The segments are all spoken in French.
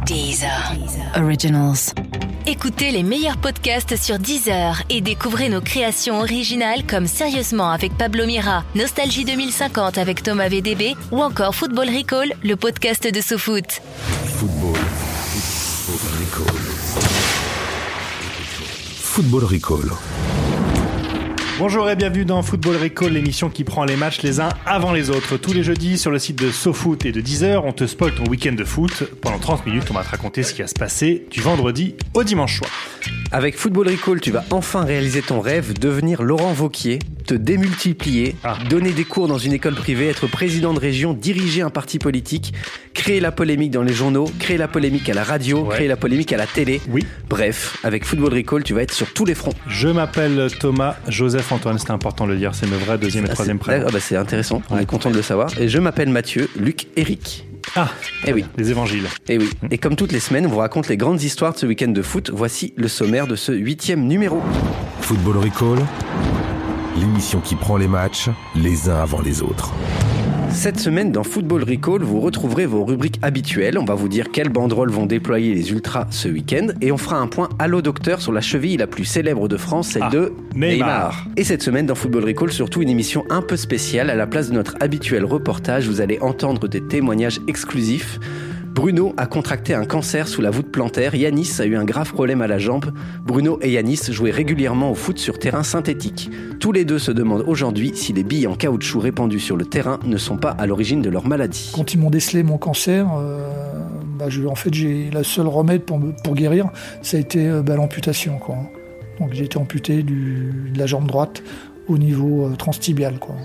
Deezer Originals. Écoutez les meilleurs podcasts sur Deezer et découvrez nos créations originales comme Sérieusement avec Pablo Mira, Nostalgie 2050 avec Thomas VDB ou encore Football Recall, le podcast de SoFoot. Football Recall. Football Recall. Bonjour et bienvenue dans Football Recall, l'émission qui prend les matchs les uns avant les autres. Tous les jeudis sur le site de SoFoot et de Deezer, on te spoil ton week-end de foot. Pendant 30 minutes, on va te raconter ce qui va se passer du vendredi au dimanche soir. Avec Football Recall, tu vas enfin réaliser ton rêve, devenir Laurent Wauquiez, te démultiplier, donner des cours dans une école privée, être président de région, diriger un parti politique, créer la polémique dans les journaux, créer la polémique à la radio, créer la polémique à la télé. Oui. Bref, avec Football Recall, tu vas être sur tous les fronts. Je m'appelle Thomas Joseph Antoine, c'était important de le dire, c'est mes vrais deuxième et troisième prénoms. C'est intéressant, on est content de le savoir. Et je m'appelle Mathieu, Luc, Eric. Ah, et oui. Les évangiles. Et oui. Et comme toutes les semaines, on vous raconte les grandes histoires de ce week-end de foot. Voici le sommaire de ce 8e numéro. Football Recall, l'émission qui prend les matchs les uns avant les autres. Cette semaine, dans Football Recall, vous retrouverez vos rubriques habituelles. On va vous dire quelles banderoles vont déployer les Ultras ce week-end. Et on fera un point Allo Docteur sur la cheville la plus célèbre de France, celle de Neymar. Et cette semaine, dans Football Recall, surtout une émission un peu spéciale. À la place de notre habituel reportage, vous allez entendre des témoignages exclusifs. Bruno a contracté un cancer sous la voûte plantaire. Yanis a eu un grave problème à la jambe. Bruno et Yanis jouaient régulièrement au foot sur terrain synthétique. Tous les deux se demandent aujourd'hui si les billes en caoutchouc répandues sur le terrain ne sont pas à l'origine de leur maladie. Quand ils m'ont décelé mon cancer, j'ai la seule remède pour guérir, ça a été l'amputation, quoi. Donc j'ai été amputé de la jambe droite au niveau transtibial, quoi.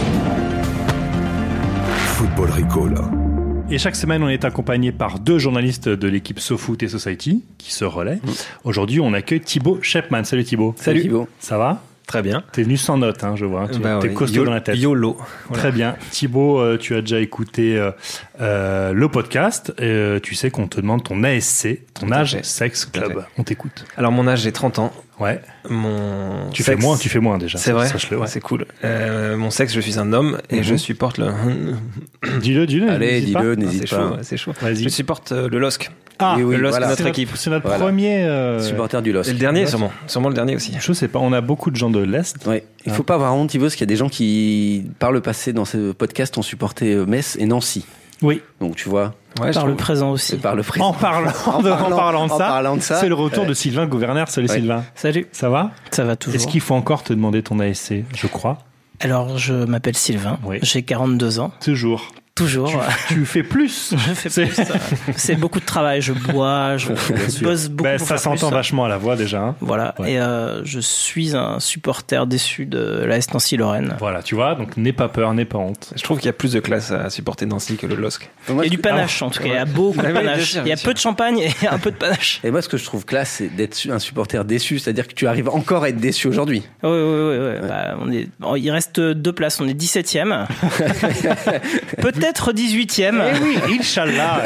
Football Recall. Et chaque semaine, on est accompagné par deux journalistes de l'équipe SoFoot et Society qui se relaient. Aujourd'hui, on accueille Thibaut Shepman. Salut Thibaut. Salut Thibaut. Ça va ? Très bien. T'es venu sans note, je vois. T'es costaud dans la tête. YOLO. Voilà. Très bien. Thibaut, tu as déjà écouté le podcast. Tu sais qu'on te demande ton ASC, ton âge, sexe, club. On t'écoute. Alors, mon âge, j'ai 30 ans. Ouais. Tu sexe, fais moins déjà. C'est vrai. Sache-le, ouais. C'est cool. Mon sexe, je suis un homme et je supporte le. Dis-le. Allez, dis-le, n'hésite pas. C'est chaud. Vas-y. Je supporte le LOSC. Ah, oui, le LOSC voilà. de notre équipe. C'est notre premier. Supporter du LOSC. Et le dernier, sûrement le dernier aussi. Je sais pas, on a beaucoup de gens de l'Est. Ouais. Il faut pas avoir honte, Thibaut, parce qu'il y a des gens qui, par le passé, dans ce podcast, ont supporté Metz et Nancy. Oui. Donc tu vois. Ouais, par le présent aussi. Par le présent. En parlant de ça, c'est le retour de Sylvain Gouverneur. Salut Sylvain. Salut. Ça va ? Ça va toujours. Est-ce qu'il faut encore te demander ton ASC ? Je crois. Alors, je m'appelle Sylvain. Oui. J'ai 42 ans. Toujours. Tu fais plus. Je fais plus. C'est beaucoup de travail. Je bois, je bosse beaucoup. Ça s'entend vachement à la voix déjà. Voilà. Ouais. Et je suis un supporter déçu de l'AS Nancy-Lorraine. Voilà, tu vois. Donc n'aie pas peur, n'aie pas honte. Je trouve qu'il y a plus de classe à supporter Nancy que le LOSC. Il y a du panache en tout cas. Il y a beaucoup de panache. Il y a peu de champagne et un peu de panache. Et moi, ce que je trouve classe, c'est d'être un supporter déçu. C'est-à-dire que tu arrives encore à être déçu aujourd'hui. Oui. Ouais. Il reste 2 places. On est 17e. Peut-être 18e. Eh oui, Inch'Allah.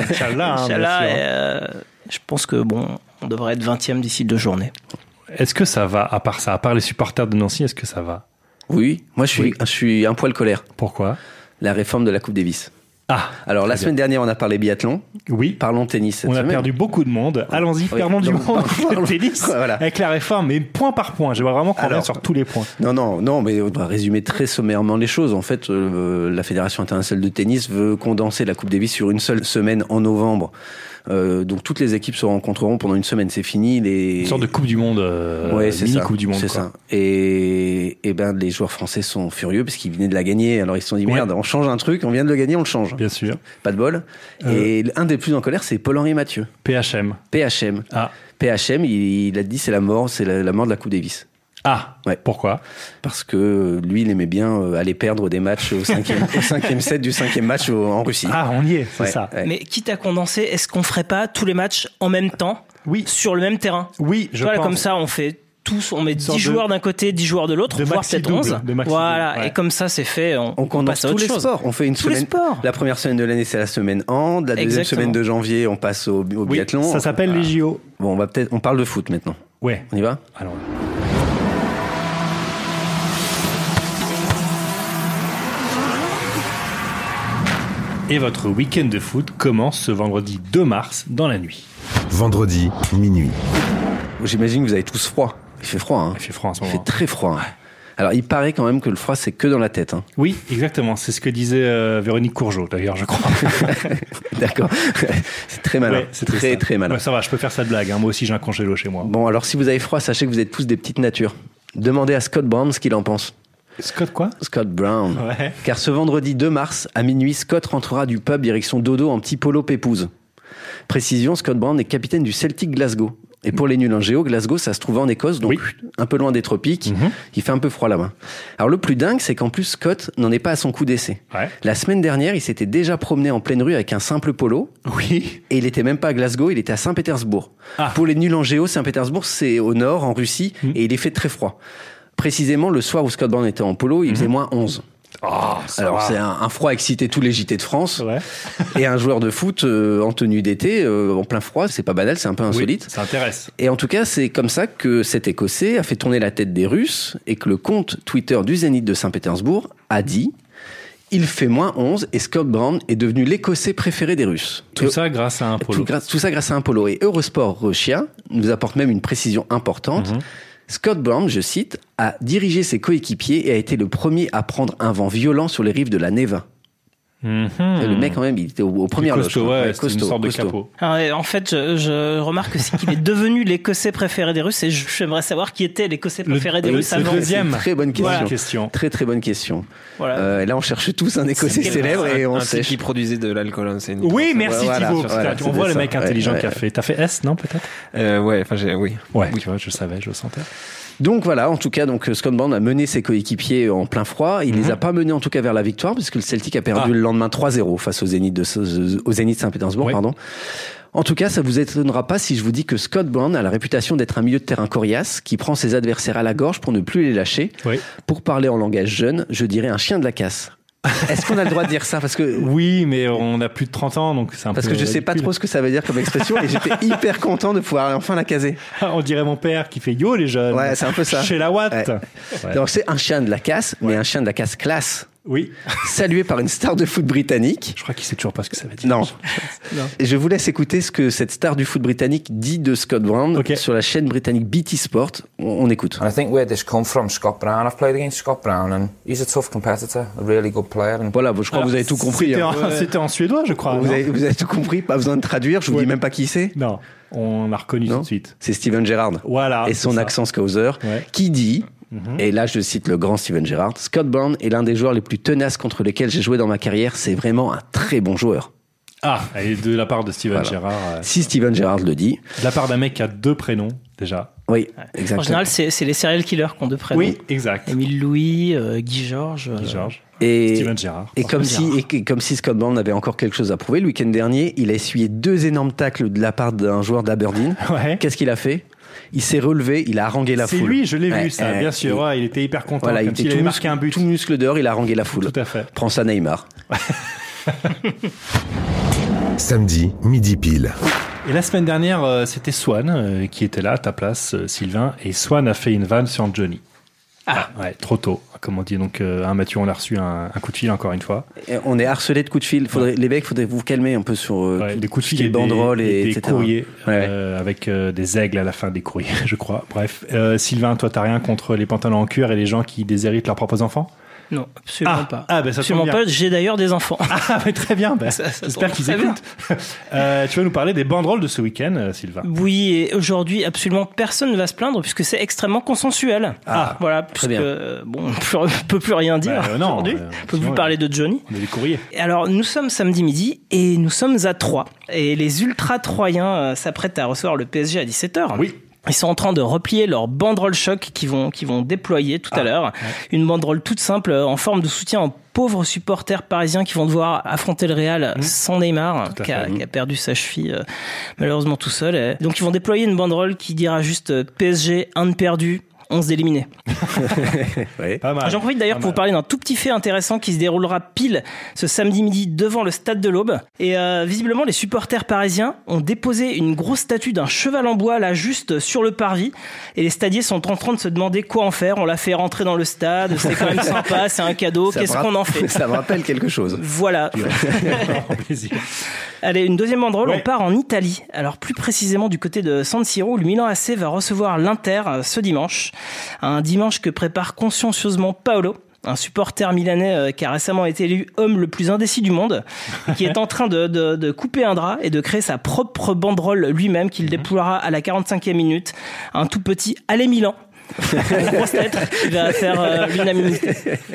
Je pense que on devrait être 20e d'ici 2 journées. Est-ce que ça va, à part les supporters de Nancy, est-ce que ça va ? Oui, moi je suis un poil colère. Pourquoi ? La réforme de la Coupe Davis. Ah, alors la semaine dernière on a parlé biathlon. Oui. Parlons tennis cette semaine. On a perdu beaucoup de monde. Allons-y, perdons du monde. Tennis. Voilà. Avec la réforme, mais point par point. J'aimerais vraiment qu'on revienne sur tous les points. Non, mais on va résumer très sommairement les choses. En fait, la Fédération internationale de tennis veut condenser la Coupe Davis sur une seule semaine en novembre. Donc toutes les équipes se rencontreront pendant une semaine, c'est fini. Une sorte de Coupe du Monde, Coupe du Monde. C'est ça. Et les joueurs français sont furieux parce qu'ils venaient de la gagner. Alors ils se sont dit merde, on change un truc, on vient de le gagner, on le change. Bien sûr. Pas de bol. Et un des plus en colère, c'est Paul-Henri Mathieu. PHM. Ah. PHM, il a dit c'est la mort de la Coupe Davis. Ah, ouais. Pourquoi ? Parce que lui, il aimait bien aller perdre des matchs au cinquième set du 5e match en Russie. Ah, on y est, c'est ça. Ouais. Mais quitte à condenser, est-ce qu'on ferait pas tous les matchs en même temps ? Oui. Sur le même terrain ? Oui, je pense. Comme ça, on fait tous, on met 10 joueurs d'un côté, 10 joueurs de l'autre, voire peut-être 11. Voilà, ouais. Et comme ça, c'est fait. On condense tous les sports. On fait une semaine. La première semaine de l'année, c'est la semaine hand. La deuxième semaine de janvier, on passe au biathlon. Ça s'appelle les JO. Bon, on parle de foot maintenant. Ouais. On y va ? Alors. Et votre week-end de foot commence ce vendredi 2 mars dans la nuit. Vendredi, minuit. J'imagine que vous avez tous froid. Il fait froid, hein. Il fait froid en ce moment. Il fait très froid. Hein. Alors, il paraît quand même que le froid, c'est que dans la tête. Hein. Oui, exactement. C'est ce que disait Véronique Courgeot, d'ailleurs, je crois. D'accord. C'est très malin. Ouais, c'est très malin. Ouais, ça va, je peux faire cette blague. Hein. Moi aussi, j'ai un congélo chez moi. Bon, alors, si vous avez froid, sachez que vous êtes tous des petites natures. Demandez à Scott Brown ce qu'il en pense. Scott quoi ? Scott Brown. Ouais. Car ce vendredi 2 mars, à minuit, Scott rentrera du pub direction dodo en petit polo pépouze. Précision, Scott Brown est capitaine du Celtic Glasgow. Et pour les nuls en géo, Glasgow, ça se trouve en Écosse, donc un peu loin des tropiques. Il fait un peu froid là-bas. Alors le plus dingue, c'est qu'en plus, Scott n'en est pas à son coup d'essai. Ouais. La semaine dernière, il s'était déjà promené en pleine rue avec un simple polo. Oui. Et il était même pas à Glasgow, il était à Saint-Pétersbourg. Ah. Pour les nuls en géo, Saint-Pétersbourg, c'est au nord, en Russie, et il est fait très froid. Précisément, le soir où Scott Brown était en polo, il faisait moins 11. Oh, alors c'est un froid excité tous les JT de France. Ouais. Et un joueur de foot en tenue d'été en plein froid, c'est pas banal, c'est un peu insolite. Oui, ça intéresse. Et en tout cas, c'est comme ça que cet Écossais a fait tourner la tête des Russes et que le compte Twitter du Zénith de Saint-Pétersbourg a dit: il fait moins 11 et Scott Brown est devenu l'Écossais préféré des Russes. Tout ça grâce à un polo. Tout ça grâce à un polo. Et Eurosport Russia nous apporte même une précision importante. Scott Brown, je cite, a dirigé ses coéquipiers et a été le premier à prendre un vent violent sur les rives de la Neva. Le mec, quand même, il était au premier loge. Costaud, une sorte de capot. Alors, en fait, je remarque qu'il est devenu l'Écossais préféré des Russes et j'aimerais savoir qui était l'Écossais préféré des Russes avant. Le deuxième. Très bonne question. Très très bonne question. Voilà. Là, on cherche tous un Écossais célèbre et on sait qui produisait de l'alcool. Oui, merci Thibaut. On voit le mec intelligent qui a fait. T'as fait S, non, peut-être? Ouais, enfin, oui. Ouais, tu vois, je savais, je le sentais. Donc voilà, en tout cas, Scott Brown a mené ses coéquipiers en plein froid. Il les a pas menés en tout cas vers la victoire, puisque le Celtic a perdu le lendemain 3-0 face au Zénith de Saint-Pétersbourg. Pardon. En tout cas, ça vous étonnera pas si je vous dis que Scott Brown a la réputation d'être un milieu de terrain coriace qui prend ses adversaires à la gorge pour ne plus les lâcher. Oui. Pour parler en langage jeune, je dirais un chien de la casse. Est-ce qu'on a le droit de dire ça? Parce que oui, mais on a plus de 30 ans, donc c'est un peu. Parce que je sais pas trop ce que ça veut dire comme expression, et j'étais hyper content de pouvoir enfin la caser. On dirait mon père qui fait yo les jeunes. Ouais, c'est un peu ça. Chez la Watt. Ouais. Donc c'est un chien de la casse, mais un chien de la casse classe. Oui. Salué par une star de foot britannique. Je crois qu'il sait toujours pas ce que ça veut dire. Non. Et je vous laisse écouter ce que cette star du foot britannique dit de Scott Brown sur la chaîne britannique BT Sport. On écoute. And I think where this come from, Scott Brown. I've played against Scott Brown and he's a tough competitor, a really good player. And voilà, je crois que vous avez tout compris. C'était en suédois, je crois. Vous avez tout compris, pas besoin de traduire. Je vous dis même pas qui c'est. Non, on a reconnu tout de suite. C'est Steven Gerrard. Voilà. Et son accent Scouser qui dit. Et là, je cite le grand Steven Gerrard. Scott Brown est l'un des joueurs les plus tenaces contre lesquels j'ai joué dans ma carrière. C'est vraiment un très bon joueur. Ah, et de la part de Steven Gerrard. Si Steven Gerrard le dit. De la part d'un mec qui a 2 prénoms, déjà. Oui, exactement. En général, c'est les serial killers qui ont 2 prénoms. Oui, exact. Émile Louis, Guy Georges. Et Steven Gerrard. Et comme si Scott Brown avait encore quelque chose à prouver, le week-end dernier, il a essuyé 2 énormes tacles de la part d'un joueur d'Aberdeen. Ouais. Qu'est-ce qu'il a fait? Il s'est relevé, il a harangué la foule. C'est lui, je l'ai vu ça, bien sûr. Il était hyper content. Voilà, il avait marqué un but. Tout muscle dehors, il a harangué la foule. Tout à fait. Prends ça, Neymar. Samedi, midi pile. Et la semaine dernière, c'était Swan qui était là à ta place, Sylvain. Et Swan a fait une vanne sur Johnny. Ouais, trop tôt, comme on dit. Donc, Mathieu, on a reçu un coup de fil encore une fois. Et on est harcelé de coups de fil. Les mecs, faudrait vous calmer un peu sur des coups de fil, des banderoles et des etc. courriers avec des aigles à la fin des courriers, je crois. Bref, Sylvain, toi, t'as rien contre les pantalons en cuir et les gens qui déshéritent leurs propres enfants? Non, absolument pas. Ben ça absolument pas. J'ai d'ailleurs des enfants. Mais très bien. J'espère qu'ils écoutent. Tu vas nous parler des banderoles de ce week-end, Sylvain. Oui, et aujourd'hui, absolument personne ne va se plaindre puisque c'est extrêmement consensuel. Voilà, puisque on peut plus rien dire aujourd'hui. On peut plus parler de Johnny. On a des courriers. Alors, nous sommes samedi midi et nous sommes à Troyes. Et les ultra-troyens s'apprêtent à recevoir le PSG à 17h. Oui. Ils sont en train de replier leur banderole choc qu'ils vont déployer tout à l'heure. Ouais. Une banderole toute simple en forme de soutien aux pauvres supporters parisiens qui vont devoir affronter le Real sans Neymar, qui a perdu sa cheville malheureusement tout seul. Donc ils vont déployer une banderole qui dira juste PSG, un de perdu. 11 éliminés. Ouais. Pas mal. J'en profite d'ailleurs pour vous parler d'un tout petit fait intéressant qui se déroulera pile ce samedi midi devant le stade de l'Aube. Et visiblement, les supporters parisiens ont déposé une grosse statue d'un cheval en bois là juste sur le parvis. Et les stadiers sont en train de se demander quoi en faire. On l'a fait rentrer dans le stade, c'est quand même sympa, c'est un cadeau, qu'est-ce qu'on en fait? Ça me rappelle quelque chose. Voilà. Plaisir. Allez, une deuxième banderole, on part en Italie. Alors plus précisément du côté de San Siro, où le Milan AC va recevoir l'Inter ce dimanche. Un dimanche que prépare consciencieusement Paolo, un supporter milanais qui a récemment été élu homme le plus indécis du monde, qui est en train de couper un drap et de créer sa propre banderole lui-même qu'il déploiera à la 45e minute. Un tout petit « Allez Milan ». Une grosse lettre qui va faire l'unanimité.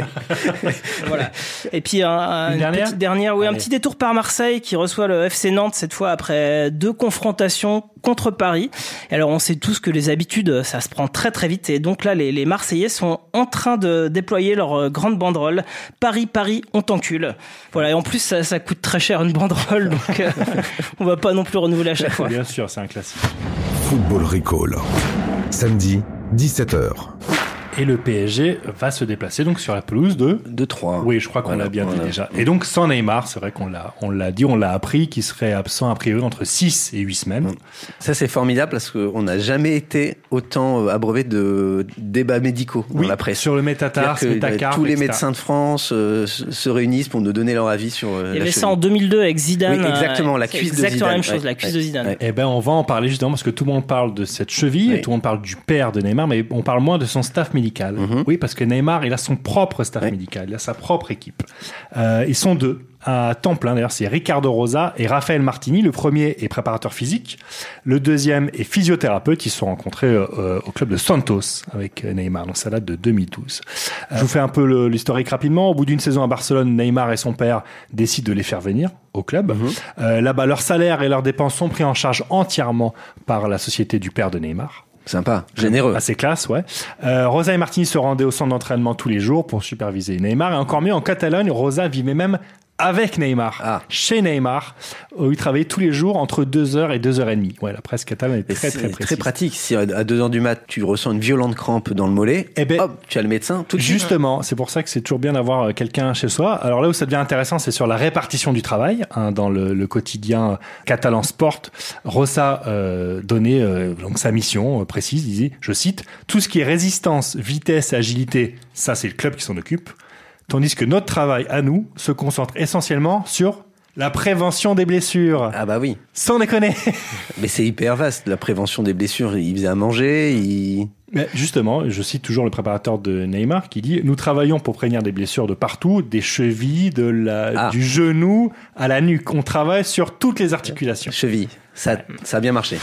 Voilà. Et puis une petite dernière, un petit détour par Marseille qui reçoit le FC Nantes cette fois après 2 confrontations contre Paris. Et alors on sait tous que les habitudes ça se prend très très vite et donc là les Marseillais sont en train de déployer leur grande banderole Paris on t'encule. Voilà, et en plus ça coûte très cher une banderole donc on va pas non plus renouveler à chaque fois. Bien sûr, c'est un classique. Football Recall. Samedi, 17h. Et le PSG va se déplacer donc sur la pelouse de 3. Oui, je crois qu'on l'a bien dit déjà. Et donc sans Neymar, c'est vrai qu'on l'a dit, on l'a appris, qu'il serait absent a priori entre 6 et 8 semaines. Ça c'est formidable parce qu'on n'a jamais été autant abreuvé de débats médicaux dans la presse. Sur le métatarse, métacarpe, tous les etc. médecins de France se réunissent pour nous donner leur avis sur Il y avait ça en 2002 avec Zidane. Oui, exactement, la cuisse de Zidane. Exactement la même chose, la cuisse de Zidane. Eh ben, on va en parler justement parce que tout le monde parle de cette cheville, et tout le monde parle du père de Neymar, mais on parle moins de son staff médical. Oui, parce que Neymar, il a son propre staff médical, il a sa propre équipe. Ils sont 2 à temps plein. D'ailleurs, c'est Ricardo Rosa et Raphaël Martini. Le premier est préparateur physique. Le deuxième est physiothérapeute. Ils se sont rencontrés au club de Santos avec Neymar. Donc, ça date de 2012. Je vous fais un peu l'historique rapidement. Au bout d'une saison à Barcelone, Neymar et son père décident de les faire venir au club. Là-bas, leur salaire et leurs dépenses sont pris en charge entièrement par la société du père de Neymar. Sympa, généreux. Assez classe, ouais. Rosa et Martini se rendaient au centre d'entraînement tous les jours pour superviser Neymar. Et encore mieux, en Catalogne, Rosa vivait même avec Neymar, chez Neymar, où il travaillait tous les jours entre 2h et 2h30. Ouais, la presse catalane est très précise. Très pratique. Si à 2h du mat, tu ressens une violente crampe dans le mollet, hop, tu as le médecin tout de suite. Justement, c'est pour ça que c'est toujours bien d'avoir quelqu'un chez soi. Alors là où ça devient intéressant, c'est sur la répartition du travail. Dans le quotidien catalan Sport, Rosa donnait donc sa mission précise, disait, je cite, « Tout ce qui est résistance, vitesse et agilité, ça c'est le club qui s'en occupe. » Tandis que notre travail, à nous, se concentre essentiellement sur la prévention des blessures. Ah bah oui. Sans déconner. Mais c'est hyper vaste, la prévention des blessures. Il faisait à manger, Mais justement, je cite toujours le préparateur de Neymar qui dit « Nous travaillons pour prévenir des blessures de partout, des chevilles, du genou à la nuque. On travaille sur toutes les articulations. » Cheville, ça a bien marché.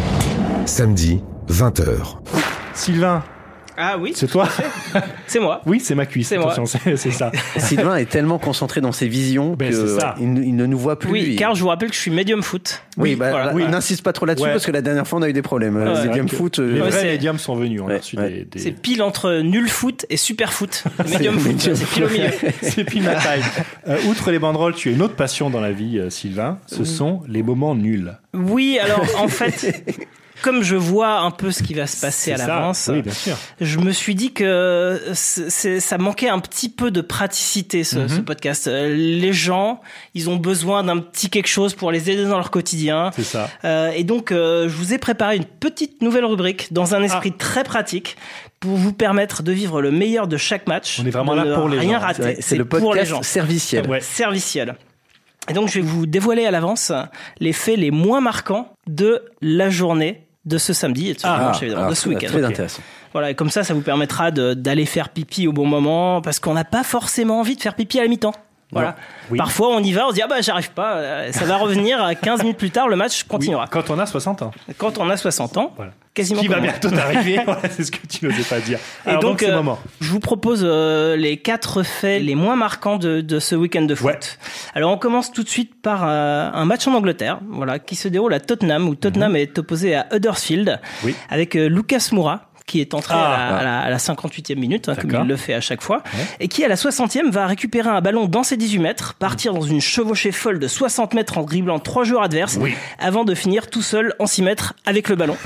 Samedi, 20h. Sylvain. Ah oui. C'est toi? C'est moi. Oui, c'est ma cuisse. C'est attention, moi. c'est ça. Sylvain est tellement concentré dans ses visions qu'il ne nous voit plus. Oui, car je vous rappelle que je suis médium foot. Oui, n'insiste pas trop là-dessus parce que la dernière fois on a eu des problèmes. Médium foot. Les vrais médiums sont venus. On a reçu des... C'est pile entre nul foot et super foot. Médium foot, c'est pile au milieu. C'est pile ma taille. Outre les banderoles, tu as une autre passion dans la vie, Sylvain. Ce sont les moments nuls. Oui, alors en fait... Comme je vois un peu ce qui va se passer à l'avance, oui, bien sûr. Je me suis dit que ça manquait un petit peu de praticité, ce podcast. Les gens, ils ont besoin d'un petit quelque chose pour les aider dans leur quotidien. C'est ça. Et donc, je vous ai préparé une petite nouvelle rubrique dans un esprit très pratique pour vous permettre de vivre le meilleur de chaque match. On est vraiment là pour les gens. Rien rater. C'est le podcast serviciel. Ouais. Serviciel. Et donc, je vais vous dévoiler à l'avance les faits les moins marquants de la journée de ce samedi et de ce dimanche, évidemment, de ce week-end. Très intéressant. Voilà, et comme ça vous permettra d'aller faire pipi au bon moment, parce qu'on n'a pas forcément envie de faire pipi à la mi-temps. Voilà. Oui. Parfois, on y va, on se dit, j'arrive pas, ça va revenir, 15 minutes plus tard, le match continuera. Oui, quand on a 60 ans. Quand on a 60 ans, voilà. Quasiment. Qui va bientôt arriver, c'est ce que tu n'osais pas dire. Alors, et donc c'est le moment. Je vous propose les 4 faits les moins marquants de ce week-end de foot. Ouais. Alors, on commence tout de suite par un match en Angleterre, voilà, qui se déroule à Tottenham, où Tottenham est opposé à Huddersfield, avec Lucas Moura, qui est entré à la 58e minute, comme il le fait à chaque fois, et qui à la 60e va récupérer un ballon dans ses 18 mètres, partir dans une chevauchée folle de 60 mètres en dribblant 3 joueurs adverses, avant de finir tout seul en 6 mètres avec le ballon.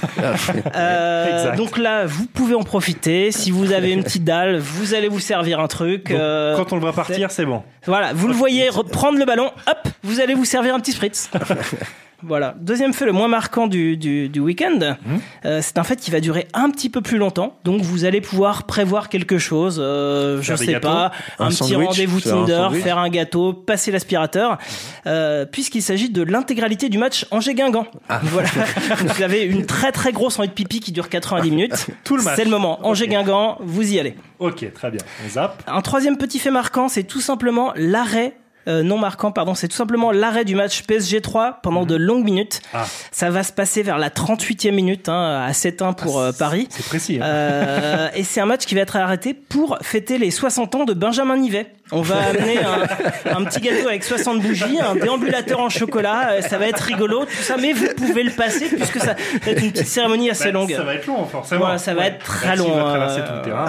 Donc là, vous pouvez en profiter. Si vous avez une petite dalle, vous allez vous servir un truc. Donc, quand on le voit partir, c'est bon. Voilà, vous le voyez prendre le ballon, hop, vous allez vous servir un petit spritz. Voilà. Deuxième fait le moins marquant du week-end, c'est un fait qui va durer un petit peu plus longtemps. Donc vous allez pouvoir prévoir quelque chose, je sais pas, un petit rendez-vous Tinder, faire un gâteau, passer l'aspirateur, puisqu'il s'agit de l'intégralité du match Angers-Guingamp. Voilà. Vous avez une très très grosse envie de pipi qui dure 90 minutes. Tout le match. C'est le moment. Angers-Guingamp, vous y allez. Ok, très bien. On zappe. Un troisième petit fait marquant, c'est tout simplement l'arrêt. Non marquant, pardon, c'est tout simplement l'arrêt du match PSG 3 pendant de longues minutes. Ça va se passer vers la 38e minute, à 7-1 pour Paris. C'est précis. Et c'est un match qui va être arrêté pour fêter les 60 ans de Benjamin Nivet. On va amener un petit gâteau avec 60 bougies, un déambulateur en chocolat, ça va être rigolo, tout ça, mais vous pouvez le passer puisque ça va être une petite cérémonie assez longue. Ça va être long, forcément. Ouais, ça va être très long. Il va traverser tout le terrain.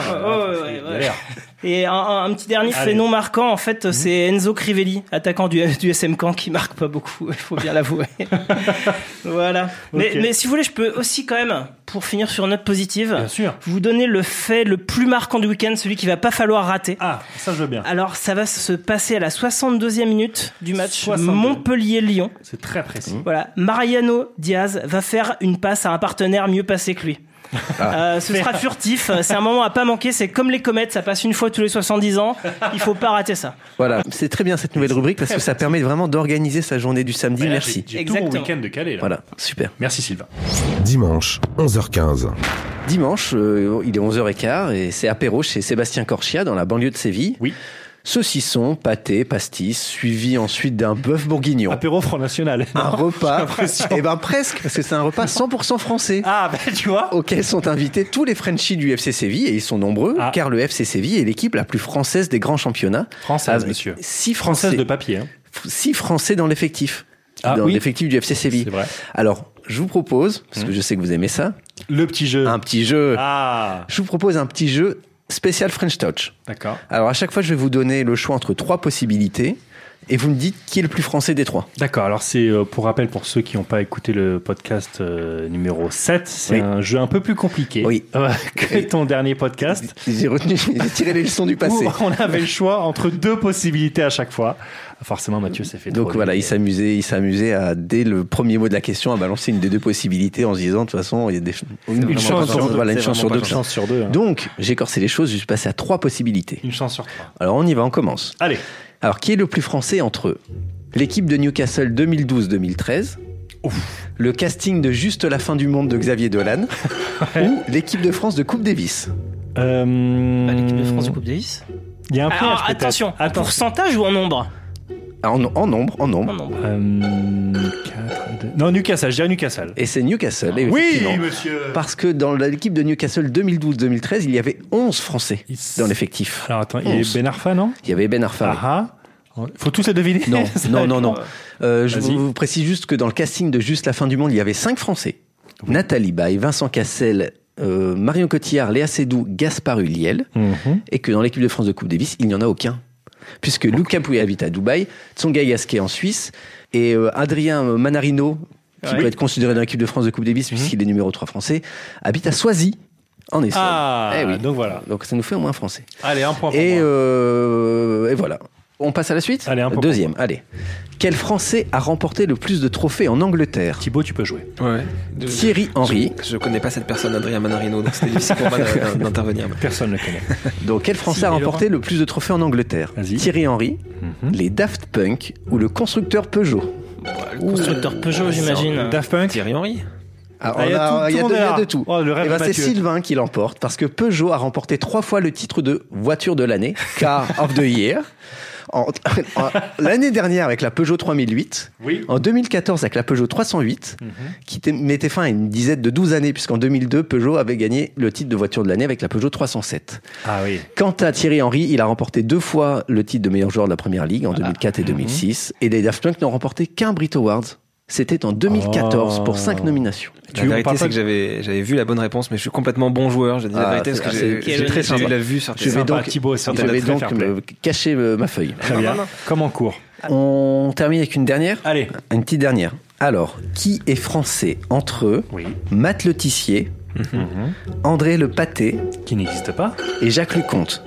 Et un petit dernier fait non marquant, en fait, c'est Enzo Crivelli, attaquant du SM Caen, qui marque pas beaucoup, il faut bien l'avouer. Voilà. Mais si vous voulez, je peux aussi quand même, pour finir sur une note positive, bien sûr, vous donner le fait le plus marquant du week-end, celui qu'il va pas falloir rater. Ah, ça je veux bien. Alors, ça va se passer à la 62e minute du match Montpellier-Lyon. C'est très précis. Voilà. Mariano Diaz va faire une passe à un partenaire mieux passé que lui. Ce sera furtif, c'est un moment à pas manquer, c'est comme les comètes, ça passe une fois tous les 70 ans, il faut pas rater ça. Voilà, c'est très bien cette nouvelle rubrique parce que ça permet vraiment d'organiser sa journée du samedi. Là, merci. J'ai tout mon week-end de calé là. Voilà, super. Merci Sylvain. Dimanche, 11h15. Dimanche, il est 11h15 et c'est apéro chez Sébastien Corchia dans la banlieue de Séville. Oui. Saucisson, pâté, pastis, suivi ensuite d'un bœuf bourguignon. Apéro Front National. Un repas, et ben presque, parce que c'est un repas 100% français. Ah, ben tu vois. Auquel sont invités tous les Frenchies du FC Séville, et ils sont nombreux, car le FC Séville est l'équipe la plus française des grands championnats. Française, monsieur. 6 Français. Française de papier. 6 Français dans l'effectif. L'effectif du FC Séville. C'est vrai. Alors, je vous propose, parce que je sais que vous aimez ça. Le petit jeu. Un petit jeu. Ah. Je vous propose un petit jeu spécial French Touch. D'accord. Alors à chaque fois, je vais vous donner le choix entre 3 possibilités et vous me dites qui est le plus français des 3. D'accord. Alors c'est pour rappel pour ceux qui n'ont pas écouté le podcast numéro 7, c'est un jeu un peu plus compliqué que ton dernier podcast. J'ai tiré les leçons du passé. On avait le choix entre 2 possibilités à chaque fois. Forcément, Mathieu s'est fait. Donc voilà, il s'amusait à, dès le premier mot de la question, à balancer une des 2 possibilités en se disant, de toute façon, il y a une chance sur 2. Voilà, une chance sur 2. Hein. Donc, j'ai corsé les choses, je suis passé à 3 possibilités. Une chance sur 3. Alors, on y va, on commence. Allez. Alors, qui est le plus français entre l'équipe de Newcastle 2012-2013, le casting de Juste la fin du monde de Xavier Dolan, ou l'équipe de France de Coupe Davis? L'équipe de France de Coupe Davis. Il y a un piège, attention, en pourcentage ou en nombre? En nombre. 4, 2... Non, Newcastle, je dirais Newcastle. Et c'est Newcastle, oui, monsieur. Parce que dans l'équipe de Newcastle 2012-2013, il y avait 11 Français dans l'effectif. Alors attends, il y avait Ben Arfa, non? Il y avait Ben Arfa. Faut tous les deviner? Non. Je vous précise juste que dans le casting de Juste la fin du monde, il y avait 5 Français. Oui. Nathalie Baye, Vincent Cassel, Marion Cotillard, Léa Seydoux, Gaspard Ulliel. Et que dans l'équipe de France de Coupe Davis, il n'y en a aucun. Puisque Lucas Pouillet habite à Dubaï, Tsonga Yaské en Suisse, et Adrien Manarino, qui peut être considéré dans l'équipe de France de Coupe Davis, puisqu'il est numéro 3 français, habite à Soisy, en Essonne. Donc voilà. Donc ça nous fait au moins français. Allez, un point pour moi. Et voilà. On passe à la suite? Allez, un point. Deuxième, allez. Quel Français a remporté le plus de trophées en Angleterre? Thibaut, tu peux jouer. Ouais. Thierry Henry. Je connais pas cette personne, Adrien Manarino, donc c'était difficile pour moi d'intervenir. Personne ne le connaît. Donc, quel Français a remporté le plus de trophées en Angleterre? Thierry Henry, les Daft Punk ou le constructeur Peugeot? Le constructeur Peugeot, j'imagine. Daft Punk. Thierry Henry. Il y a de tout. Et c'est Sylvain qui l'emporte parce que Peugeot a remporté 3 fois le titre de voiture de l'année, Car of the Year. L'année dernière avec la Peugeot 3008, en 2014 avec la Peugeot 308, qui mettait fin à une dizaine de 12 années, puisqu'en 2002, Peugeot avait gagné le titre de voiture de l'année avec la Peugeot 307. Quant à Thierry Henry, il a remporté 2 fois le titre de meilleur joueur de la Première Ligue, en 2004 et 2006, et les Daft Punk n'ont remporté qu'un Brit Awards. C'était en 2014 pour 5 nominations. La vérité, c'est que j'avais vu la bonne réponse, mais je suis complètement bon joueur. J'ai dit la vérité parce que j'ai eu la vue sur tes Je vais donc me cacher ma feuille. Très bien. Comme en cours. On termine avec une dernière. Allez. Une petite dernière. Alors, qui est français entre eux? Matt Le Tissier, André Le Pâté, qui n'existe pas, et Jacques Leconte.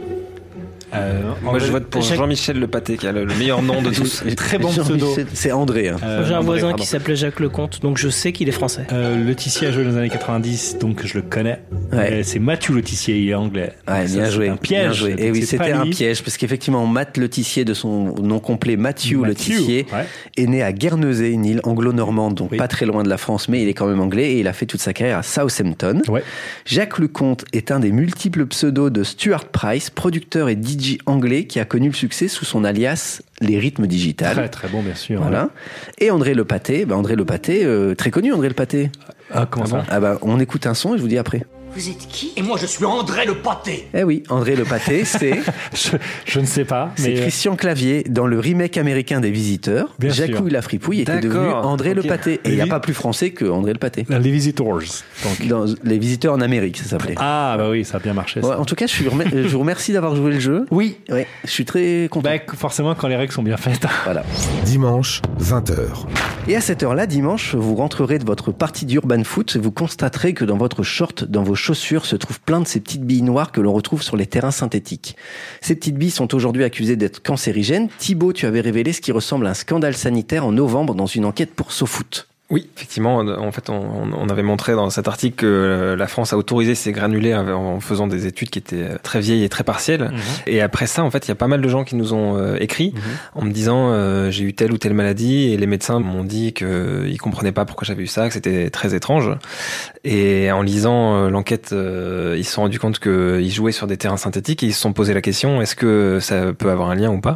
Moi je vote pour Jean-Michel Le Pâté qui a le meilleur nom de tous. Très bon pseudo. C'est André. Hein. J'ai un voisin qui s'appelait Jacques Leconte, donc je sais qu'il est français. Le Tissier a joué dans les années 90, donc je le connais. Ouais. C'est Mathieu Le Tissier, il est anglais. Ouais, bien joué. C'est un piège. Et oui, c'était un piège parce qu'effectivement Matt Le Tissier, de son nom complet Mathieu Le Tissier, est né à Guernesey, une île anglo-normande, donc pas très loin de la France, mais il est quand même anglais et il a fait toute sa carrière à Southampton. Ouais. Jacques Leconte est un des multiples pseudos de Stuart Price, producteur et DJ anglais qui a connu le succès sous son alias Les Rythmes Digitales. Très très bon, bien sûr. Voilà. Et André Le Pâté, très connu André Le Pâté. Ah, comment ça? On écoute un son et je vous dis après. Vous êtes qui? Et moi je suis André Le Pâté. Eh oui, André Le Pâté, c'est... je ne sais pas. C'est Christian Clavier dans le remake américain des Visiteurs. Bien Jacouille la fripouille était devenu André Le Pâté. Et il n'y a pas plus français que André Le Pâté. Les Visitors. Donc. Dans Les Visiteurs en Amérique, ça s'appelait. Ah bah oui, ça a bien marché. Ouais, en tout cas, je vous remercie d'avoir joué le jeu. Oui. Ouais, je suis très content. Forcément, quand les règles sont bien faites. Voilà. Dimanche, 20h. Et à cette heure-là, dimanche, vous rentrerez de votre partie d'Urban Foot et vous constaterez que dans votre short, dans vos chaussures, se trouvent plein de ces petites billes noires que l'on retrouve sur les terrains synthétiques. Ces petites billes sont aujourd'hui accusées d'être cancérigènes. Thibaut, tu avais révélé ce qui ressemble à un scandale sanitaire en novembre dans une enquête pour SoFoot. Oui, effectivement, en fait, on avait montré dans cet article que la France a autorisé ces granulés en faisant des études qui étaient très vieilles et très partielles. Et après ça, en fait, il y a pas mal de gens qui nous ont écrit en me disant j'ai eu telle ou telle maladie et les médecins m'ont dit qu'ils comprenaient pas pourquoi j'avais eu ça, que c'était très étrange. Et en lisant l'enquête, ils se sont rendus compte qu'ils jouaient sur des terrains synthétiques et ils se sont posé la question est-ce que ça peut avoir un lien ou pas.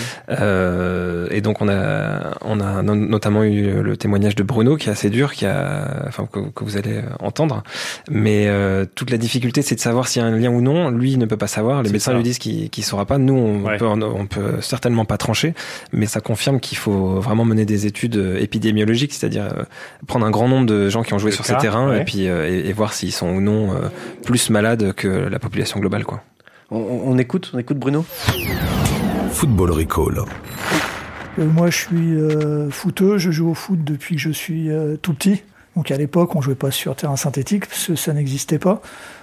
Et donc on a notamment eu le témoignage de Bruno qui est assez dur, que vous allez entendre. Mais toute la difficulté, c'est de savoir s'il y a un lien ou non. Lui, il ne peut pas savoir. Les médecins lui disent qu'il saura pas. Nous, on peut certainement pas trancher, mais ça confirme qu'il faut vraiment mener des études épidémiologiques, c'est-à-dire prendre un grand nombre de gens qui ont joué sur ces terrains et puis et voir s'ils sont ou non plus malades que la population globale, quoi. On écoute Bruno. Football Recall. Moi, je suis footeux, je joue au foot depuis que je suis tout petit. Donc à l'époque, on jouait pas sur terrain synthétique, parce que ça n'existait pas.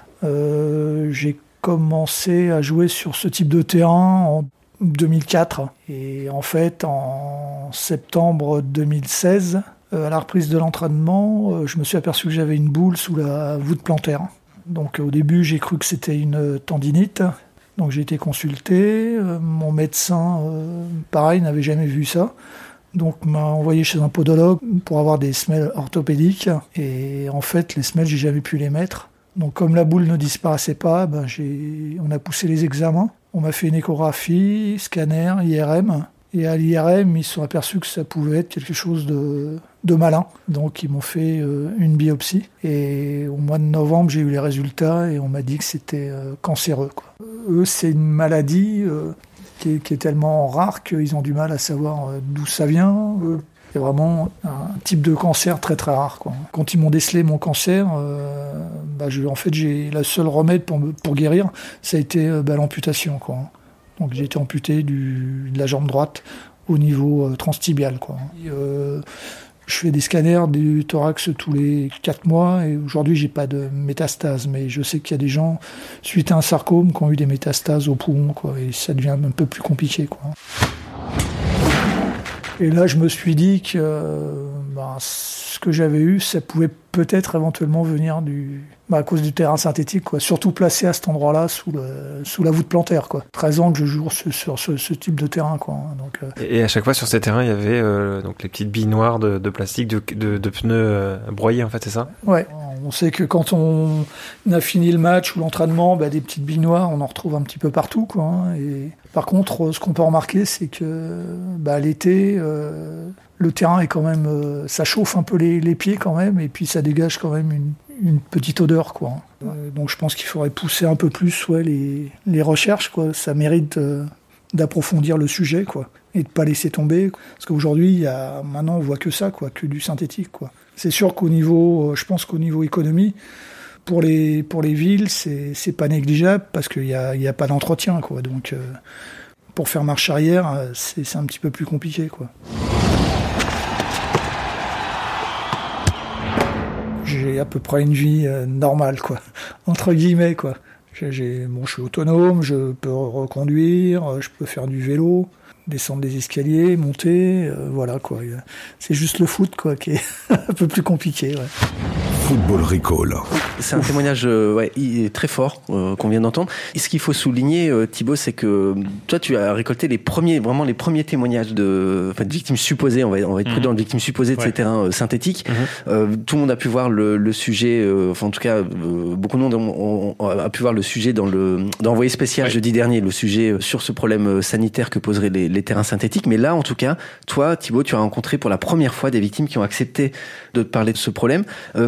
J'ai commencé à jouer sur ce type de terrain en 2004. Et en fait, en septembre 2016, à la reprise de l'entraînement, je me suis aperçu que j'avais une boule sous la voûte plantaire. Donc au début, j'ai cru que c'était une tendinite. Donc j'ai été consulté, mon médecin, pareil, n'avait jamais vu ça. Donc m'a envoyé chez un podologue pour avoir des semelles orthopédiques. Et en fait, les semelles, j'ai jamais pu les mettre. Donc comme la boule ne disparaissait pas, on a poussé les examens. On m'a fait une échographie, scanner, IRM. Et à l'IRM, ils se sont aperçus que ça pouvait être quelque chose de malin. Donc ils m'ont fait une biopsie. Et au mois de novembre, j'ai eu les résultats et on m'a dit que c'était cancéreux, quoi. Eux, c'est une maladie qui est tellement rare qu'ils ont du mal à savoir d'où ça vient. C'est vraiment un type de cancer très très rare, quoi. Quand ils m'ont décelé mon cancer, j'ai la seule remède pour guérir, ça a été l'amputation, quoi. Donc j'ai été amputé de la jambe droite au niveau transtibial, quoi. Je fais des scanners du thorax tous les 4 mois et aujourd'hui j'ai pas de métastases, mais je sais qu'il y a des gens suite à un sarcome qui ont eu des métastases au poumon, quoi, et ça devient un peu plus compliqué, quoi. Et là je me suis dit que ce que j'avais eu, ça pouvait peut-être éventuellement venir à cause du terrain synthétique, quoi. Surtout placé à cet endroit-là sous la voûte plantaire, quoi. 13 ans que je joue sur ce type de terrain, quoi. Donc, Et à chaque fois sur ces terrains, il y avait donc les petites billes noires de plastique, de pneus broyés, en fait, c'est ça? Ouais. On sait que quand on a fini le match ou l'entraînement, des petites billes noires, on en retrouve un petit peu partout, quoi, hein. Et par contre, ce qu'on peut remarquer, c'est que l'été, le terrain est quand même, ça chauffe un peu les pieds quand même, et puis ça dégage quand même une petite odeur, quoi. Donc je pense qu'il faudrait pousser un peu plus les recherches, quoi. Ça mérite d'approfondir le sujet, quoi, et de pas laisser tomber. Parce qu'aujourd'hui, maintenant, on voit que ça, quoi, que du synthétique, quoi. C'est sûr je pense qu'au niveau économie, pour les villes, c'est pas négligeable parce qu'il y a pas d'entretien, quoi. Donc, pour faire marche arrière, c'est un petit peu plus compliqué, quoi. J'ai à peu près une vie normale, quoi, entre guillemets, quoi. Je suis autonome, je peux reconduire, je peux faire du vélo, descendre des escaliers, monter, voilà, quoi. C'est juste le foot, quoi, qui est un peu plus compliqué, ouais. Football Recall. C'est un témoignage très fort qu'on vient d'entendre. Et ce qu'il faut souligner, Thibaut, c'est que toi, tu as récolté les premiers témoignages de victimes supposées, on va être prudent, de victimes supposées de ces terrains synthétiques. Tout le monde a pu voir le sujet, en tout cas, beaucoup de monde a pu voir le sujet dans l'envoyé spécial jeudi dernier, le sujet sur ce problème sanitaire que poseraient les terrains synthétiques. Mais là, en tout cas, toi, Thibaut, tu as rencontré pour la première fois des victimes qui ont accepté de te parler de ce problème.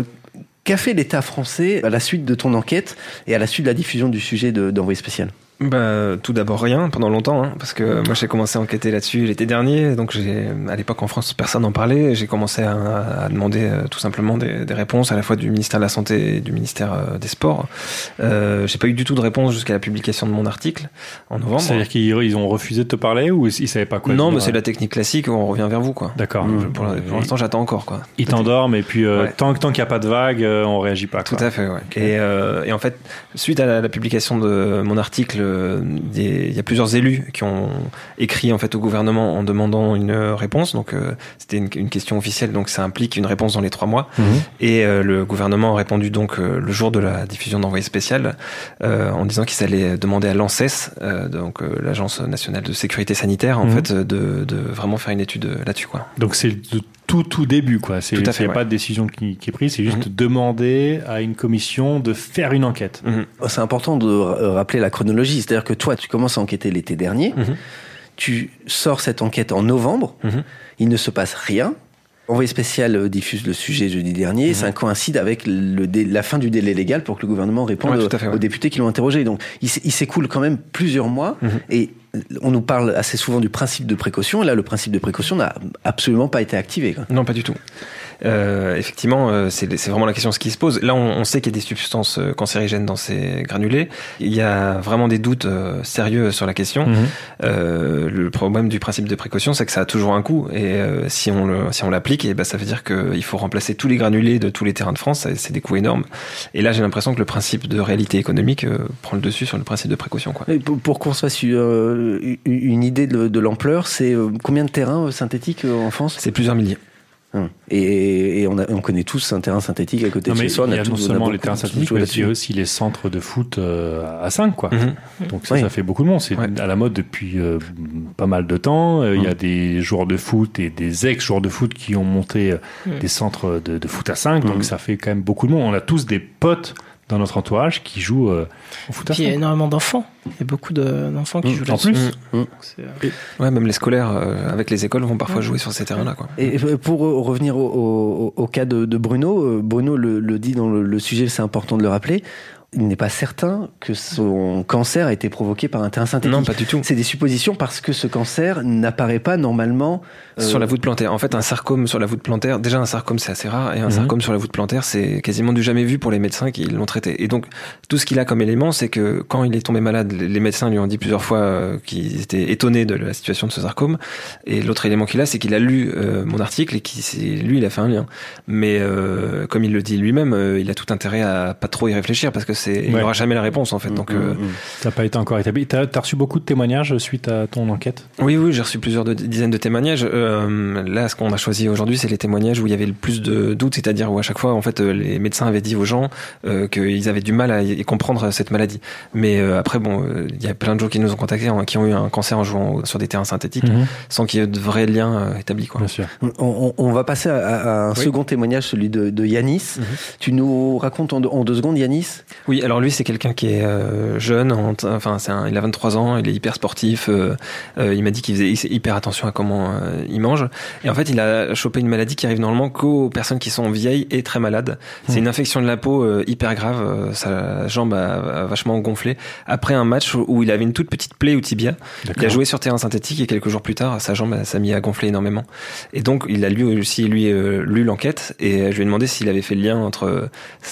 Qu'a fait l'État français à la suite de ton enquête et à la suite de la diffusion du sujet d'envoyé spécial ? Tout d'abord rien pendant longtemps, parce que moi j'ai commencé à enquêter là-dessus l'été dernier, donc à l'époque en France personne n'en parlait, j'ai commencé à demander tout simplement des réponses à la fois du ministère de la Santé et du ministère des Sports. J'ai pas eu du tout de réponse jusqu'à la publication de mon article en novembre. C'est-à-dire qu'ils ont refusé de te parler ou ils savaient pas quoi? Non, mais c'est la technique classique, on revient vers vous, quoi. D'accord. Pour l'instant j'attends encore, quoi. Ils t'endorment et puis tant qu'il n'y a pas de vague, on réagit pas, quoi. Tout à fait, ouais. Okay. Et en fait, suite à la publication de mon article, il y a plusieurs élus qui ont écrit en fait au gouvernement en demandant une réponse. Donc c'était une question officielle, donc ça implique une réponse dans les 3 mois. Et le gouvernement a répondu donc le jour de la diffusion d'envoyé spécial en disant qu'il allait demander à l'ANSES, donc l'Agence nationale de sécurité sanitaire, en fait, de vraiment faire une étude là-dessus, quoi. Donc c'est tout début, quoi. Il n'y a pas de décision qui est prise, c'est juste demander à une commission de faire une enquête. C'est important de rappeler la chronologie, c'est-à-dire que toi, tu commences à enquêter l'été dernier, tu sors cette enquête en novembre, il ne se passe rien. Envoyé spécial diffuse le sujet jeudi dernier, ça coïncide avec la fin du délai légal pour que le gouvernement réponde aux députés qui l'ont interrogé. Donc il s'écoule quand même plusieurs mois et on nous parle assez souvent du principe de précaution, et là le principe de précaution n'a absolument pas été activé, quoi. Non, pas du tout. Effectivement, c'est vraiment la question qui se pose. Là, on sait qu'il y a des substances cancérigènes dans ces granulés. Il y a vraiment des doutes sérieux sur la question. Le problème du principe de précaution, c'est que ça a toujours un coût. Et si on l'applique, et ça veut dire qu'il faut remplacer tous les granulés de tous les terrains de France. C'est des coûts énormes. Et là, j'ai l'impression que le principe de réalité économique prend le dessus sur le principe de précaution, quoi. Et pour qu'on se fasse une idée de l'ampleur, c'est combien de terrains synthétiques en France ? C'est plusieurs milliers. Et on connaît tous un terrain synthétique à côté de chez soi. Il y a non seulement les terrains synthétiques, mais il y a aussi les centres de foot à 5, quoi. Donc ça fait beaucoup de monde. C'est à la mode depuis pas mal de temps. Il y a des joueurs de foot et des ex-joueurs de foot qui ont monté des centres de foot à 5. Donc ça fait quand même beaucoup de monde. On a tous des potes dans notre entourage qui jouent au foot à 5. Il y a énormément d'enfants. Il y a beaucoup d'enfants qui jouent là-dessus. En plus. Ouais, même les scolaires avec les écoles vont parfois jouer sur ces terrains-là, quoi. Et pour revenir au cas de Bruno, Bruno le dit dans le sujet, c'est important de le rappeler. Il n'est pas certain que son cancer a été provoqué par un terrain synthétique. Non, pas du tout. C'est des suppositions parce que ce cancer n'apparaît pas normalement sur la voûte plantaire. En fait, un sarcome sur la voûte plantaire, déjà un sarcome c'est assez rare, et un sarcome sur la voûte plantaire c'est quasiment du jamais vu pour les médecins qui l'ont traité. Et donc tout ce qu'il a comme élément, c'est que quand il est tombé malade, les médecins lui ont dit plusieurs fois qu'ils étaient étonnés de la situation de ce sarcome. Et l'autre élément qu'il a, c'est qu'il a lu mon article et lui il a fait un lien. Mais comme il le dit lui-même, il a tout intérêt à pas trop y réfléchir parce que il n'y aura jamais la réponse, en fait. Donc, ça n'a pas été encore établi. T'as reçu beaucoup de témoignages suite à ton enquête ? Oui, j'ai reçu plusieurs dizaines de témoignages. Là, ce qu'on a choisi aujourd'hui, c'est les témoignages où il y avait le plus de doutes, c'est-à-dire où à chaque fois, en fait, les médecins avaient dit aux gens qu'ils avaient du mal à comprendre cette maladie. Mais après, il y a plein de gens qui nous ont contactés, qui ont eu un cancer en jouant sur des terrains synthétiques, sans qu'il y ait de vrais liens établis, quoi. Bien sûr. On va passer à un second témoignage, celui de Yanis. Tu nous racontes en 2 secondes, Yanis ? Oui. Oui, alors lui c'est quelqu'un qui est jeune, il a 23 ans, il est hyper sportif, il m'a dit qu'il faisait hyper attention à comment il mange, et en fait il a chopé une maladie qui arrive normalement qu'aux personnes qui sont vieilles et très malades. C'est une infection de la peau hyper grave, sa jambe a vachement gonflé après un match où il avait une toute petite plaie au tibia. D'accord. Il a joué sur terrain synthétique et quelques jours plus tard sa jambe s'est mise à gonfler énormément, et donc il a lui lu l'enquête, et je lui ai demandé s'il avait fait le lien entre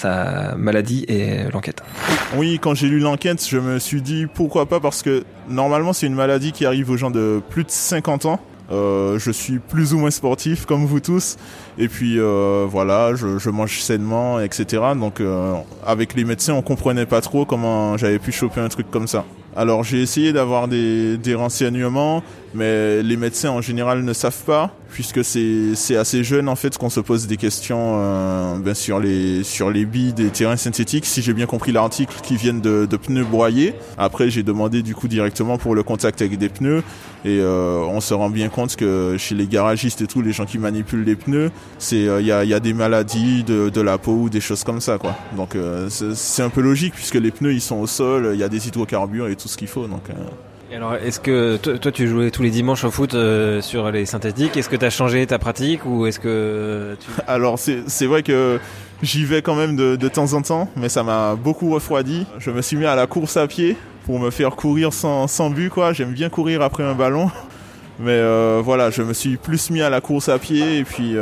sa maladie et l'enquête. Oui, quand j'ai lu l'enquête, je me suis dit pourquoi pas, parce que normalement c'est une maladie qui arrive aux gens de plus de 50 ans. Je suis plus ou moins sportif comme vous tous, et puis voilà, je mange sainement, etc. Donc avec les médecins on comprenait pas trop comment j'avais pu choper un truc comme ça. Alors j'ai essayé d'avoir des renseignements, mais les médecins en général ne savent pas, puisque c'est assez jeune en fait qu'on se pose des questions sur les billes des terrains synthétiques, si j'ai bien compris l'article, qui viennent de pneus broyés. Après j'ai demandé du coup directement pour le contact avec des pneus, et on se rend bien compte que chez les garagistes et tout, les gens qui manipulent les pneus, il y a des maladies de la peau ou des choses comme ça, quoi. Donc c'est un peu logique, puisque les pneus ils sont au sol, il y a des hydrocarbures et tout ce qu'il faut, donc Alors, est-ce que toi tu jouais tous les dimanches au foot sur les synthétiques? Est-ce que tu as changé ta pratique, ou est-ce que Alors c'est vrai que j'y vais quand même de temps en temps, mais ça m'a beaucoup refroidi. Je me suis mis à la course à pied pour me faire courir sans but, quoi. J'aime bien courir après un ballon, mais voilà, je me suis plus mis à la course à pied, et puis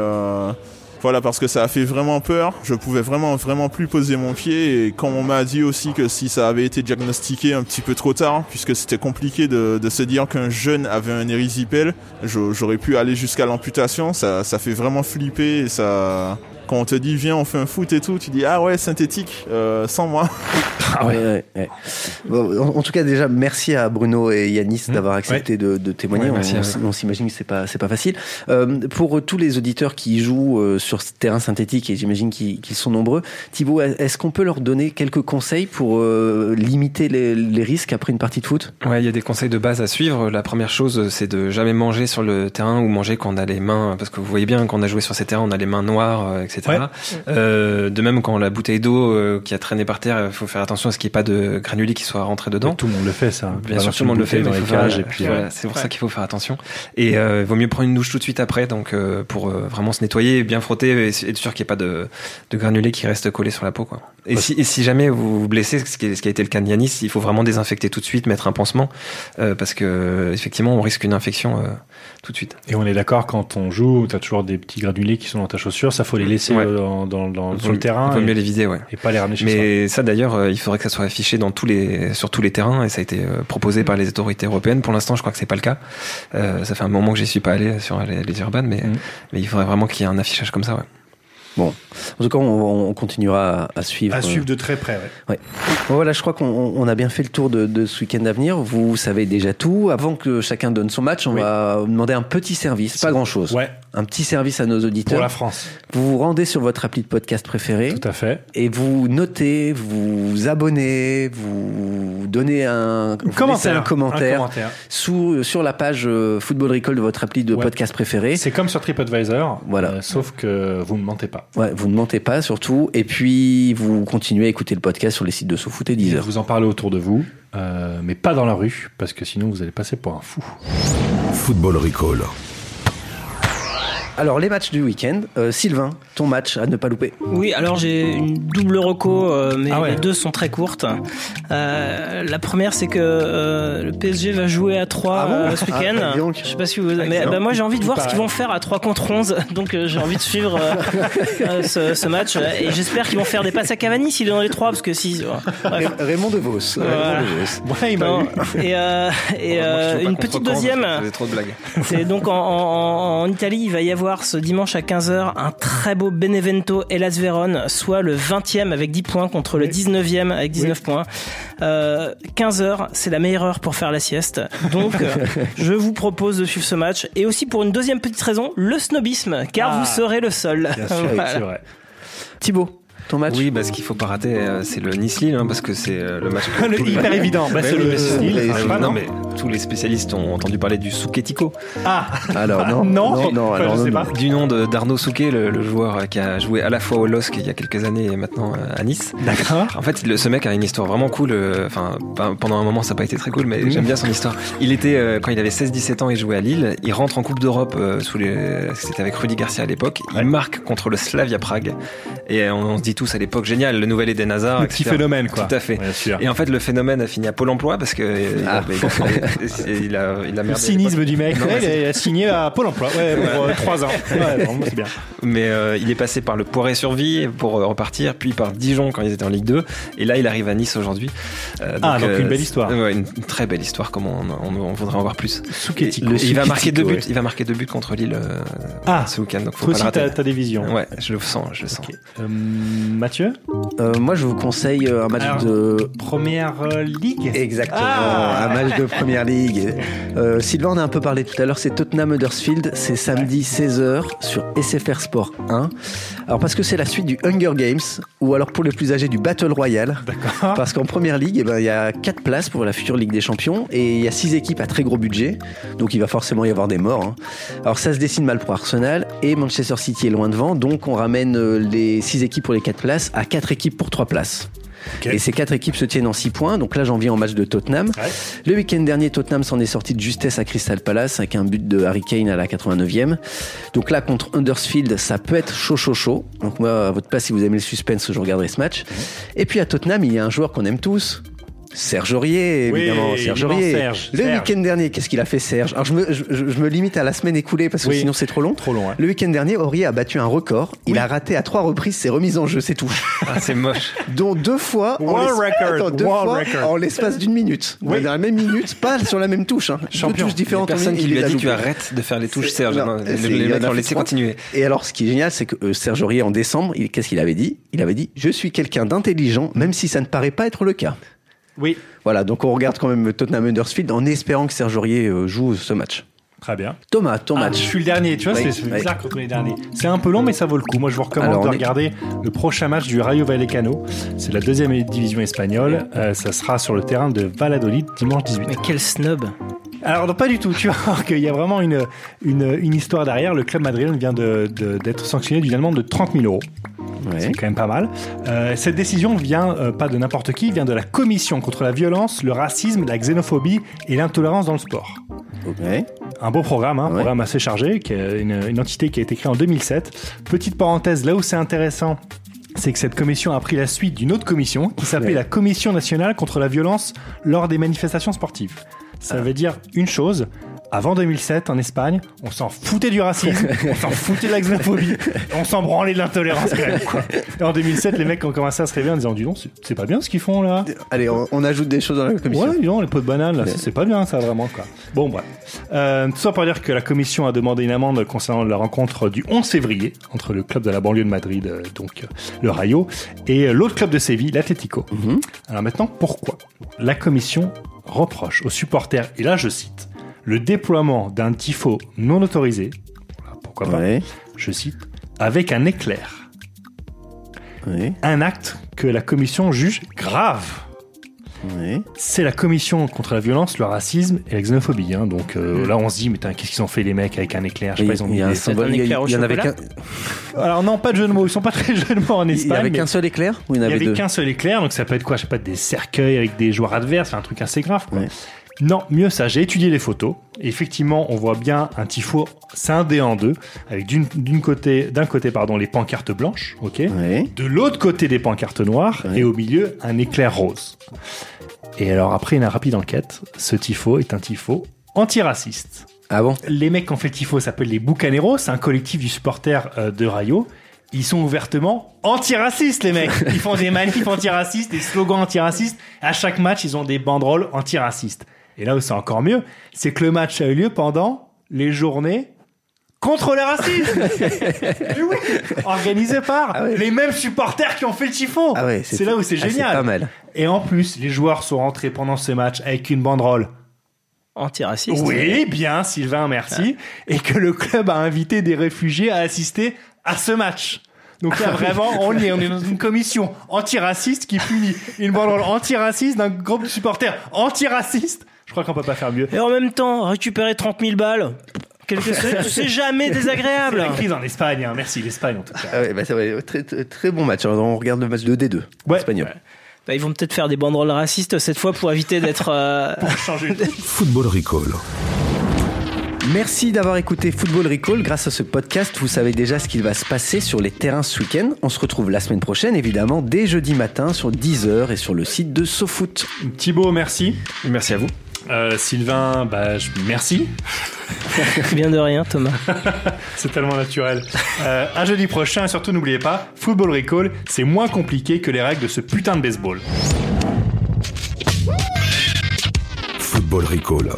voilà, parce que ça a fait vraiment peur. Je pouvais vraiment plus poser mon pied, et quand on m'a dit aussi que si ça avait été diagnostiqué un petit peu trop tard, puisque c'était compliqué de se dire qu'un jeune avait un érysipèle, j'aurais pu aller jusqu'à l'amputation. Ça fait vraiment flipper, et ça... Quand on te dit viens on fait un foot et tout, tu dis ah ouais, synthétique, sans moi. Ah ouais. Bon, en tout cas déjà merci à Bruno et Yanis d'avoir accepté de témoigner. Ouais, on s'imagine que c'est pas facile. Pour tous les auditeurs qui jouent sur ce terrain synthétique, et j'imagine qu'ils sont nombreux, Thibaut, est-ce qu'on peut leur donner quelques conseils pour limiter les risques après une partie de foot? Ouais, il y a des conseils de base à suivre. La première chose, c'est de jamais manger sur le terrain, ou manger quand on a les mains, parce que vous voyez bien, quand on a joué sur ces terrains, on a les mains noires, etc. Ouais. De même, quand la bouteille d'eau qui a traîné par terre, il faut faire attention à ce qu'il n'y ait pas de granulés qui soient rentrés dedans. Mais tout le monde le fait, ça. Bien sûr, tout le monde le fait dans les cages, et puis voilà, c'est pour ça qu'il faut faire attention. Et il vaut mieux prendre une douche tout de suite après, donc pour vraiment se nettoyer, bien frotter, et être sûr qu'il n'y ait pas de granulés qui restent collés sur la peau, quoi. Et si jamais vous vous blessez, ce qui a été le cas de Yanis, il faut vraiment désinfecter tout de suite, mettre un pansement, parce que effectivement, on risque une infection tout de suite. Et on est d'accord, quand on joue, t'as toujours des petits granulés qui sont dans ta chaussure, ça faut les laisser sur le terrain. Il vaut mieux les vider, ouais. Et pas les ramener chez soi. Mais ça d'ailleurs, il faudrait que ça soit affiché sur tous les terrains, et ça a été proposé par les autorités européennes. Pour l'instant, je crois que c'est pas le cas. Ça fait un moment que j'y suis pas allé sur les urbanes, mais il faudrait vraiment qu'il y ait un affichage comme ça, ouais. Bon, en tout cas, on continuera à suivre. À suivre de très près, ouais. Bon, voilà, je crois qu'on a bien fait le tour de ce week-end à venir. Vous savez déjà tout. Avant que chacun donne son match, on va vous demander un petit service, pas grand-chose. Ouais. Un petit service à nos auditeurs. Pour la France. Vous vous rendez sur votre appli de podcast préféré. Tout à fait. Et vous notez, vous abonnez, vous donnez un commentaire sur la page Football Recall de votre appli de podcast préféré. C'est comme sur TripAdvisor. Voilà. Sauf que vous ne mentez pas. Ouais, vous ne mentez pas surtout. Et puis, vous continuez à écouter le podcast sur les sites de SoFoot et Deezer. Vous en parlez autour de vous, mais pas dans la rue, parce que sinon vous allez passer pour un fou. Football Recall. Alors, les matchs du week-end. Sylvain, ton match à ne pas louper. Oui, alors j'ai une double reco, mais les deux sont très courtes. La première, c'est que le PSG va jouer à 3 ce week-end. Je sais pas si vous... Mais moi, j'ai envie de voir ce qu'ils vont faire à 3 contre 11. Donc, j'ai envie de suivre ce match. Et j'espère qu'ils vont faire des passes à Cavani s'il est dans les 3, parce que si... Raymond DeVos. Ouais, il m'a eu. Et une petite deuxième. Trop de blagues. C'est donc en Italie, il va y avoir ce dimanche à 15h un très beau Benevento Hellas Vérone, soit le 20e avec 10 points contre le 19e avec 19 points. 15h, c'est la meilleure heure pour faire la sieste. Donc, je vous propose de suivre ce match. Et aussi pour une deuxième petite raison, le snobisme, car vous serez le seul. Bien sûr, c'est vrai. Thibaut, ton match? Oui, ce qu'il faut pas rater, c'est le Nice-Lille, parce que c'est le match hyper évident. C'est le Nice-Lille. Non, mais tous les spécialistes ont entendu parler du Souquetico. Alors non, je sais pas. Du nom d'Arnaud Souquet, le joueur qui a joué à la fois au LOSC il y a quelques années et maintenant à Nice. D'accord. En fait, ce mec a une histoire vraiment cool. Enfin, pendant un moment, ça n'a pas été très cool, mais j'aime bien son histoire. Il était, quand il avait 16-17 ans, il jouait à Lille. Il rentre en Coupe d'Europe c'était avec Rudy Garcia à l'époque. Il marque contre le Slavia Prague. Et on se dit tous à l'époque, génial, le nouvel Eden Hazard. Le petit phénomène, quoi. Tout à fait. Bien sûr. Et en fait, le phénomène a fini à Pôle emploi parce que il a merdé. Le cynisme du mec. Il a signé à Pôle emploi. Pour 3 ans. C'est bien. Mais il est passé par le Poiré-sur-Vie pour repartir, puis par Dijon quand ils étaient en Ligue 2. Et là, il arrive à Nice aujourd'hui. Donc une belle histoire. Une très belle histoire, comme on voudrait en voir plus. Souquetico. Il va marquer 2 buts. Il va marquer 2 buts contre Lille ce week-end. Donc faut pas le rater. T'as des visions. Ouais, je le sens. Okay. Mathieu, moi je vous conseille un match de Première Ligue. Exactement, un match de Première Ligue. Sylvain en a un peu parlé tout à l'heure, c'est Tottenham Huddersfield, c'est samedi 16h sur SFR Sport 1. Alors parce que c'est la suite du Hunger Games, ou alors pour les plus âgés du Battle Royale. D'accord. Parce qu'en Première Ligue, il y a 4 places pour la future Ligue des Champions et il y a 6 équipes à très gros budget, donc il va forcément y avoir des morts. Alors ça se dessine mal pour Arsenal et Manchester City est loin devant, donc on ramène les 6 équipes pour les 4 places à 4 équipes pour 3 places. Okay. Et ces 4 équipes se tiennent en 6 points. Donc là, j'en viens au match de Tottenham. Ouais. Le week-end dernier, Tottenham s'en est sorti de justesse à Crystal Palace avec un but de Harry Kane à la 89e. Donc là, contre Huddersfield, ça peut être chaud. Donc moi, à votre place, si vous aimez le suspense, je regarderai ce match. Et puis à Tottenham, il y a un joueur qu'on aime tous. Serge Aurier, évidemment. Oui, Serge Aurier. Le week-end dernier, qu'est-ce qu'il a fait, Serge? Alors, je me limite à la semaine écoulée parce que sinon c'est trop long. Ouais. Le week-end dernier, Aurier a battu un record. Il a raté à 3 reprises ses remises en jeu, ses touches. C'est moche. Dont 2 fois, en l'espace d'une minute. Dans la même minute, pas sur la même touche. Champion. 2 touches différentes. Personne qui lui a dit tu arrêtes de faire les touches, Serge. Les mecs l'ont laissé continuer. Et alors, ce qui est génial, c'est que Serge Aurier, en décembre, qu'est-ce qu'il avait dit? Il avait dit, je suis quelqu'un d'intelligent, même si ça ne paraît pas être le cas. Oui. Voilà, donc on regarde quand même Tottenham Huddersfield en espérant que Serge Aurier joue ce match. Très bien. Thomas, ton match. Je suis le dernier, tu vois, c'est bizarre quand on est dernier. C'est un peu long, mais ça vaut le coup. Moi, je vous recommande de regarder le prochain match du Rayo Vallecano. C'est la 2e division espagnole. Ça sera sur le terrain de Valladolid dimanche 18. Mais quel snob! Alors non, pas du tout, tu vois qu'il y a vraiment une histoire derrière. Le club madrilène vient d'être sanctionné d'une amende de 30 000 €. Ouais. C'est quand même pas mal. Cette décision vient pas de n'importe qui, vient de la Commission contre la violence, le racisme, la xénophobie et l'intolérance dans le sport. Okay. Un beau programme, programme assez chargé, qui est une entité qui a été créée en 2007. Petite parenthèse, là où c'est intéressant, c'est que cette commission a pris la suite d'une autre commission qui s'appelait la Commission nationale contre la violence lors des manifestations sportives. Ça veut dire une chose. Avant 2007, en Espagne, on s'en foutait du racisme, on s'en foutait de la xénophobie, on s'en branlait de l'intolérance quand même, quoi. Et en 2007, les mecs ont commencé à se réveiller en disant, dis donc, c'est pas bien ce qu'ils font là. Allez, on ajoute des choses dans la commission. Ouais, dis donc, les pots de banane, là, c'est pas bien ça vraiment, quoi. Bon, bref. Tout ça pour dire que la commission a demandé une amende concernant la rencontre du 11 février entre le club de la banlieue de Madrid, donc le Rayo, et l'autre club de Séville, l'Atlético. Alors maintenant, pourquoi? La commission reproche aux supporters, et là je cite, le déploiement d'un tifo non autorisé, pourquoi pas, je cite, avec un éclair. Un acte que la commission juge grave. C'est la commission contre la violence, le racisme et la xénophobie. Donc là, on se dit, mais qu'est-ce qu'ils ont fait les mecs avec un éclair? Je sais pas, ils ont mis un éclair au chocolat. Alors non, pas de jeu de mots. Ils sont pas très jeux de mots en Espagne. Il y avait qu'un seul éclair ou il y en avait deux? Il y avait qu'un seul éclair, donc ça peut être quoi? Je sais pas, des cercueils avec des joueurs adverses, un truc assez grave, quoi. Non, mieux ça, j'ai étudié les photos et effectivement on voit bien un tifo scindé en deux avec d'un côté les pancartes blanches, de l'autre côté des pancartes noires et au milieu un éclair rose. Et alors après une rapide enquête, ce tifo est un tifo antiraciste. Ah bon? Les mecs qui ont fait le tifo s'appellent les Bucaneros, c'est un collectif du supporter de Rayo. Ils sont ouvertement antiracistes, les mecs. Ils font des manifs antiracistes, des slogans antiracistes. À chaque match, ils ont des banderoles antiracistes. Et là où c'est encore mieux, c'est que le match a eu lieu pendant les journées contre le racisme. Oui, organisé par les mêmes supporters qui ont fait le tifo. C'est là où c'est génial. C'est pas mal. Et en plus, les joueurs sont rentrés pendant ce match avec une banderole antiraciste. Oui, bien, Sylvain, merci. Et que le club a invité des réfugiés à assister à ce match. Donc là, vraiment, on est dans une commission antiraciste qui punit une banderole antiraciste d'un groupe de supporters antiracistes. Je crois qu'on peut pas faire mieux. Et en même temps, récupérer 30 000 balles, c'est jamais désagréable. C'est la crise en Espagne, hein. Merci l'Espagne en tout cas. Ah ouais, c'est vrai, très, très bon match. On regarde le match de D2 espagnol. Ouais. Bah, ils vont peut-être faire des banderoles racistes cette fois pour éviter d'être... pour changer. Football Recall. Merci d'avoir écouté Football Recall. Grâce à ce podcast, vous savez déjà ce qu'il va se passer sur les terrains ce week-end. On se retrouve la semaine prochaine, évidemment, dès jeudi matin sur 10h et sur le site de SoFoot. Thibaut, merci. Merci à vous. Sylvain, merci. Bien de rien, Thomas. C'est tellement naturel. À jeudi prochain, et surtout n'oubliez pas, Football Recall, c'est moins compliqué que les règles de ce putain de baseball. Football Recall.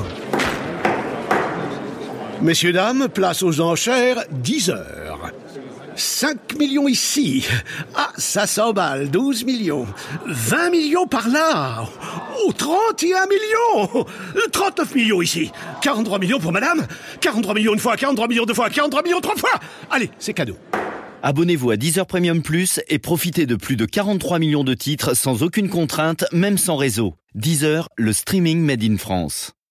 Messieurs, dames, place aux enchères, 10 heures. 5 millions ici. Ah, ça s'emballe, 12 millions. 20 millions par là. Oh, 31 millions. 39 millions ici. 43 millions pour madame. 43 millions une fois, 43 millions deux fois, 43 millions trois fois. Allez, c'est cadeau. Abonnez-vous à Deezer Premium Plus et profitez de plus de 43 millions de titres sans aucune contrainte, même sans réseau. Deezer, le streaming made in France.